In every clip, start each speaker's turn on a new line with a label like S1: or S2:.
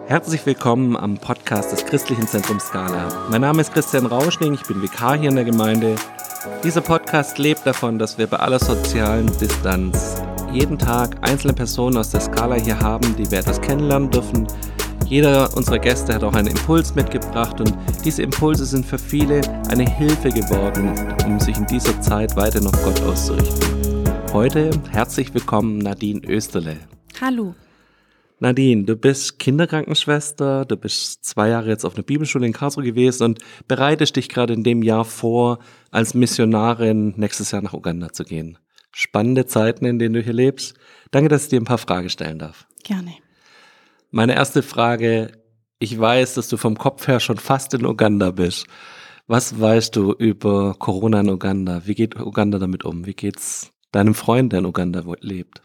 S1: Herzlich willkommen am Podcast des Christlichen Zentrums Scala. Mein Name ist Christian Rauschning, ich bin Vikar hier in der Gemeinde. Dieser Podcast lebt davon, dass wir bei aller sozialen Distanz jeden Tag einzelne Personen aus der Scala hier haben, die wir etwas kennenlernen dürfen. Jeder unserer Gäste hat auch einen Impuls mitgebracht und diese Impulse sind für viele eine Hilfe geworden, um sich in dieser Zeit weiter auf Gott auszurichten. Heute herzlich willkommen Nadine Österle.
S2: Hallo.
S1: Nadine, du bist Kinderkrankenschwester, du bist 2 Jahre jetzt auf einer Bibelschule in Karlsruhe gewesen und bereitest dich gerade in dem Jahr vor, als Missionarin nächstes Jahr nach Uganda zu gehen. Spannende Zeiten, in denen du hier lebst. Danke, dass ich dir ein paar Fragen stellen darf.
S2: Gerne.
S1: Meine erste Frage, ich weiß, dass du vom Kopf her schon fast in Uganda bist. Was weißt du über Corona in Uganda? Wie geht Uganda damit um? Wie geht's deinem Freund, der in Uganda lebt?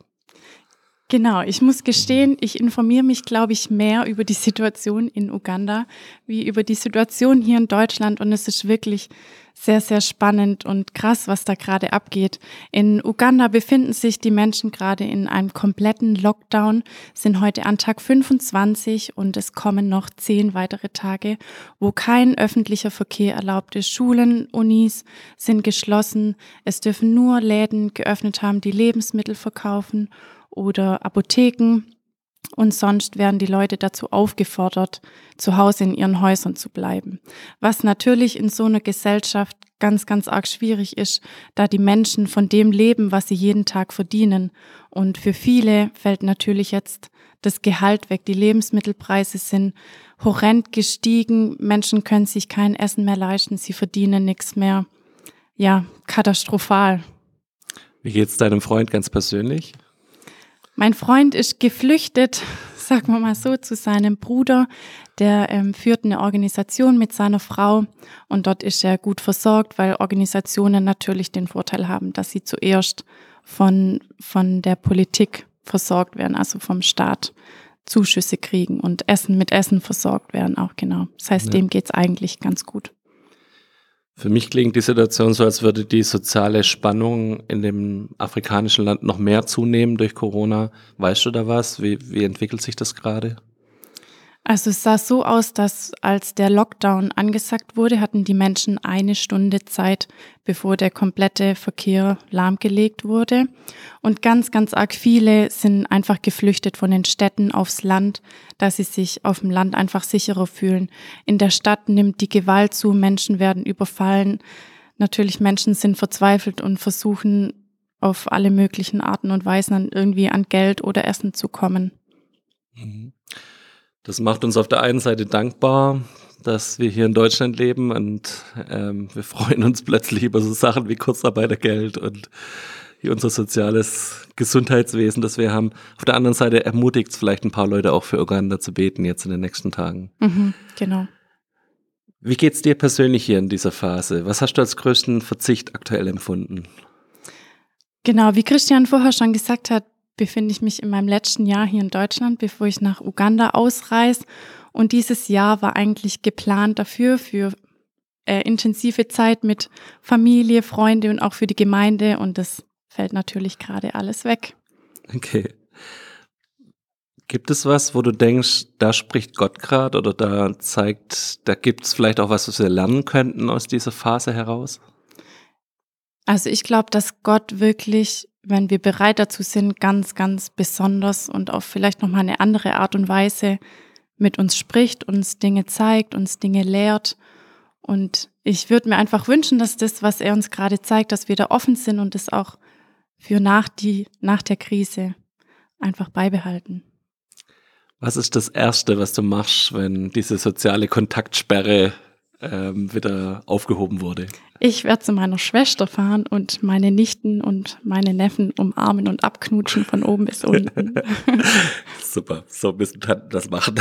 S2: Genau, ich muss gestehen, ich informiere mich, glaube ich, mehr über die Situation in Uganda wie über die Situation hier in Deutschland und es ist wirklich sehr, sehr spannend und krass, was da gerade abgeht. In Uganda befinden sich die Menschen gerade in einem kompletten Lockdown, sind heute an Tag 25 und es kommen noch 10 weitere Tage, wo kein öffentlicher Verkehr erlaubt ist. Schulen, Unis sind geschlossen, es dürfen nur Läden geöffnet haben, die Lebensmittel verkaufen oder Apotheken und sonst werden die Leute dazu aufgefordert, zu Hause in ihren Häusern zu bleiben. Was natürlich in so einer Gesellschaft ganz, ganz arg schwierig ist, da die Menschen von dem leben, was sie jeden Tag verdienen. Und für viele fällt natürlich jetzt das Gehalt weg. Die Lebensmittelpreise sind horrend gestiegen. Menschen können sich kein Essen mehr leisten. Sie verdienen nichts mehr. Ja, katastrophal.
S1: Wie geht's deinem Freund ganz persönlich?
S2: Mein Freund ist geflüchtet, sagen wir mal so, zu seinem Bruder. Der führt eine Organisation mit seiner Frau und dort ist er gut versorgt, weil Organisationen natürlich den Vorteil haben, dass sie zuerst von der Politik versorgt werden, also vom Staat Zuschüsse kriegen und mit Essen versorgt werden auch, genau. Das heißt, dem geht's eigentlich ganz gut.
S1: Für mich klingt die Situation so, als würde die soziale Spannung in dem afrikanischen Land noch mehr zunehmen durch Corona. Weißt du da was? Wie entwickelt sich das gerade?
S2: Also es sah so aus, dass als der Lockdown angesagt wurde, hatten die Menschen 1 Stunde Zeit, bevor der komplette Verkehr lahmgelegt wurde. Und ganz, ganz arg viele sind einfach geflüchtet von den Städten aufs Land, da sie sich auf dem Land einfach sicherer fühlen. In der Stadt nimmt die Gewalt zu, Menschen werden überfallen. Natürlich, Menschen sind verzweifelt und versuchen auf alle möglichen Arten und Weisen irgendwie an Geld oder Essen zu kommen.
S1: Das macht uns auf der einen Seite dankbar, dass wir hier in Deutschland leben und wir freuen uns plötzlich über so Sachen wie Kurzarbeitergeld und hier unser soziales Gesundheitswesen, das wir haben. Auf der anderen Seite ermutigt es vielleicht ein paar Leute auch für Uganda zu beten jetzt in den nächsten Tagen.
S2: Genau.
S1: Wie geht's dir persönlich hier in dieser Phase? Was hast du als größten Verzicht aktuell empfunden?
S2: Genau, wie Christian vorher schon gesagt hat, befinde ich mich in meinem letzten Jahr hier in Deutschland, bevor ich nach Uganda ausreise. Und dieses Jahr war eigentlich geplant dafür, für intensive Zeit mit Familie, Freunde und auch für die Gemeinde. Und das fällt natürlich gerade alles weg.
S1: Okay. Gibt es was, wo du denkst, da spricht Gott gerade oder da gibt es vielleicht auch was wir lernen könnten aus dieser Phase heraus?
S2: Also ich glaube, dass Gott wirklich, wenn wir bereit dazu sind, ganz, ganz besonders und auf vielleicht nochmal eine andere Art und Weise mit uns spricht, uns Dinge zeigt, uns Dinge lehrt. Und ich würde mir einfach wünschen, dass das, was er uns gerade zeigt, dass wir da offen sind und das auch für nach der Krise einfach beibehalten.
S1: Was ist das Erste, was du machst, wenn diese soziale Kontaktsperre wieder aufgehoben wurde?
S2: Ich werde zu meiner Schwester fahren und meine Nichten und meine Neffen umarmen und abknutschen von oben bis unten.
S1: Super, so müssen wir das machen.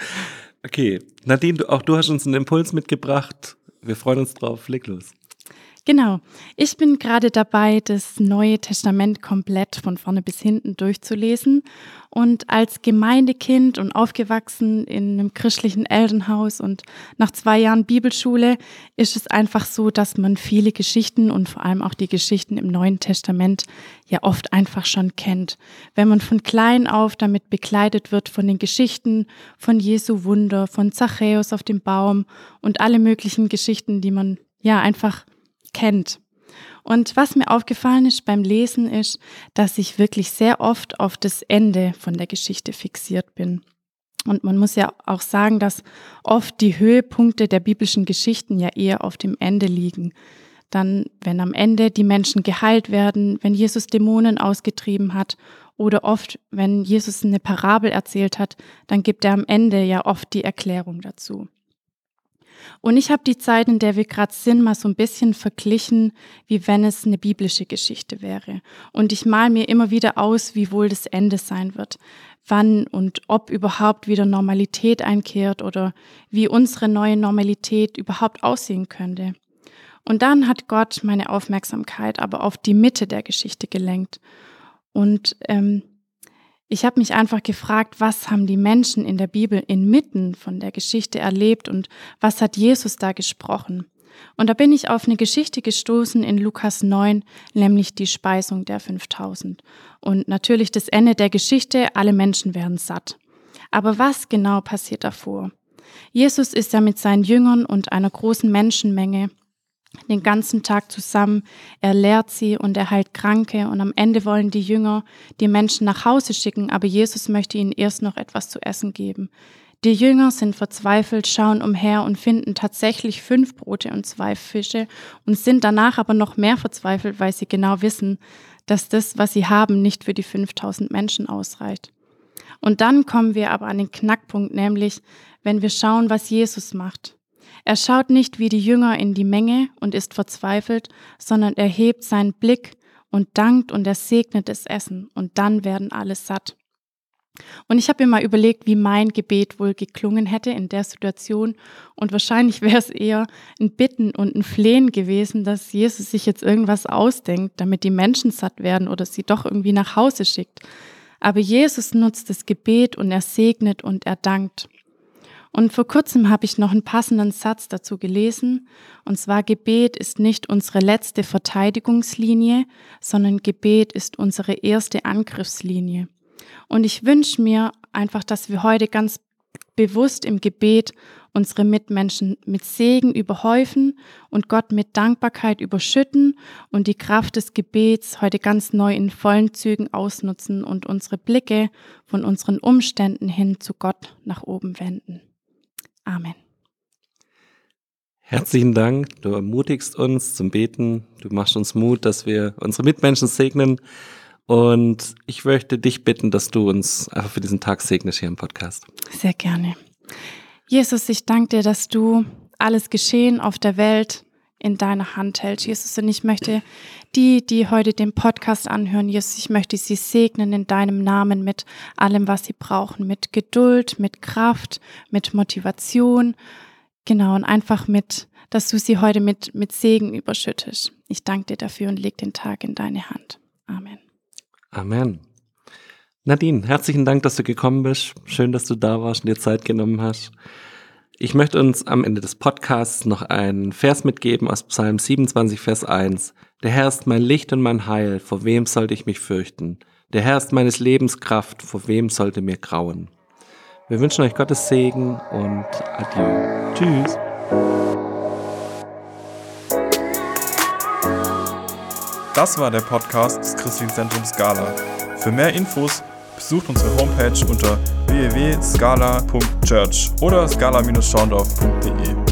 S1: Okay, Nadine, auch du hast uns einen Impuls mitgebracht. Wir freuen uns drauf. Leg los.
S2: Genau. Ich bin gerade dabei, das Neue Testament komplett von vorne bis hinten durchzulesen. Und als Gemeindekind und aufgewachsen in einem christlichen Elternhaus und nach 2 Jahren Bibelschule ist es einfach so, dass man viele Geschichten und vor allem auch die Geschichten im Neuen Testament ja oft einfach schon kennt. Wenn man von klein auf damit begleitet wird von den Geschichten von Jesu Wunder, von Zachäus auf dem Baum und alle möglichen Geschichten, die man ja einfach kennt. Und was mir aufgefallen ist beim Lesen ist, dass ich wirklich sehr oft auf das Ende von der Geschichte fixiert bin. Und man muss ja auch sagen, dass oft die Höhepunkte der biblischen Geschichten ja eher auf dem Ende liegen. Dann, wenn am Ende die Menschen geheilt werden, wenn Jesus Dämonen ausgetrieben hat oder oft, wenn Jesus eine Parabel erzählt hat, dann gibt er am Ende ja oft die Erklärung dazu. Und ich habe die Zeit, in der wir gerade sind, mal so ein bisschen verglichen, wie wenn es eine biblische Geschichte wäre. Und ich male mir immer wieder aus, wie wohl das Ende sein wird, wann und ob überhaupt wieder Normalität einkehrt oder wie unsere neue Normalität überhaupt aussehen könnte. Und dann hat Gott meine Aufmerksamkeit aber auf die Mitte der Geschichte gelenkt. Und ich habe mich einfach gefragt, was haben die Menschen in der Bibel inmitten von der Geschichte erlebt und was hat Jesus da gesprochen? Und da bin ich auf eine Geschichte gestoßen in Lukas 9, nämlich die Speisung der 5000. Und natürlich das Ende der Geschichte, alle Menschen werden satt. Aber was genau passiert davor? Jesus ist ja mit seinen Jüngern und einer großen Menschenmenge den ganzen Tag zusammen, er lehrt sie und er heilt Kranke und am Ende wollen die Jünger die Menschen nach Hause schicken, aber Jesus möchte ihnen erst noch etwas zu essen geben. Die Jünger sind verzweifelt, schauen umher und finden tatsächlich 5 Brote und 2 Fische und sind danach aber noch mehr verzweifelt, weil sie genau wissen, dass das, was sie haben, nicht für die 5000 Menschen ausreicht. Und dann kommen wir aber an den Knackpunkt, nämlich wenn wir schauen, was Jesus macht. Er schaut nicht wie die Jünger in die Menge und ist verzweifelt, sondern er hebt seinen Blick und dankt und er segnet das Essen und dann werden alle satt. Und ich habe mir mal überlegt, wie mein Gebet wohl geklungen hätte in der Situation und wahrscheinlich wäre es eher ein Bitten und ein Flehen gewesen, dass Jesus sich jetzt irgendwas ausdenkt, damit die Menschen satt werden oder sie doch irgendwie nach Hause schickt. Aber Jesus nutzt das Gebet und er segnet und er dankt. Und vor kurzem habe ich noch einen passenden Satz dazu gelesen, und zwar: Gebet ist nicht unsere letzte Verteidigungslinie, sondern Gebet ist unsere erste Angriffslinie. Und ich wünsche mir einfach, dass wir heute ganz bewusst im Gebet unsere Mitmenschen mit Segen überhäufen und Gott mit Dankbarkeit überschütten und die Kraft des Gebets heute ganz neu in vollen Zügen ausnutzen und unsere Blicke von unseren Umständen hin zu Gott nach oben wenden. Amen.
S1: Herzlichen Dank, du ermutigst uns zum Beten, du machst uns Mut, dass wir unsere Mitmenschen segnen und ich möchte dich bitten, dass du uns einfach für diesen Tag segnest hier im Podcast.
S2: Sehr gerne. Jesus, ich danke dir, dass du alles Geschehen auf der Welt in deiner Hand hältst, Jesus, und ich möchte die heute den Podcast anhören, Jesus, ich möchte sie segnen in deinem Namen mit allem, was sie brauchen, mit Geduld, mit Kraft, mit Motivation, genau, und einfach dass du sie heute mit Segen überschüttest. Ich danke dir dafür und leg den Tag in deine Hand. Amen.
S1: Amen. Nadine, herzlichen Dank, dass du gekommen bist. Schön, dass du da warst und dir Zeit genommen hast. Ich möchte uns am Ende des Podcasts noch einen Vers mitgeben aus Psalm 27, Vers 1. Der Herr ist mein Licht und mein Heil, vor wem sollte ich mich fürchten? Der Herr ist meines Lebens Kraft, vor wem sollte mir grauen? Wir wünschen euch Gottes Segen und Adieu. Tschüss.
S3: Das war der Podcast des Christlichen Zentrums Scala. Für mehr Infos besucht unsere Homepage unter www.scala.church oder scala-schaundorf.de.